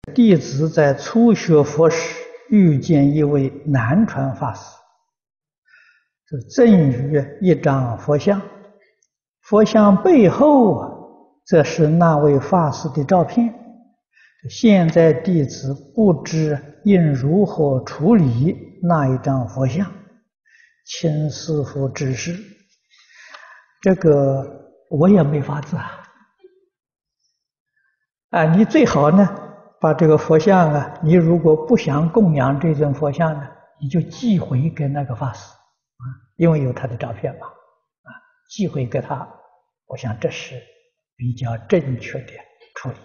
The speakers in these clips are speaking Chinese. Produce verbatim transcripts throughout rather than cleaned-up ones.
弟子在初学佛时遇见一位南传法师，是赠予一张佛像，佛像背后啊，这是那位法师的照片。现在弟子不知应如何处理那一张佛像，请师父指示。这个我也没法子啊。啊，你最好呢，把这个佛像啊，你如果不想供养这尊佛像呢，你就寄回给那个法师啊，因为有他的照片嘛，啊，寄回给他，我想这是比较正确的处理。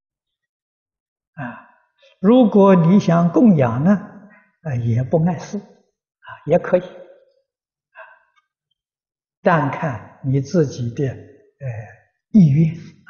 啊，如果你想供养呢，啊，也不碍事，啊，也可以，啊，但看你自己的呃意愿。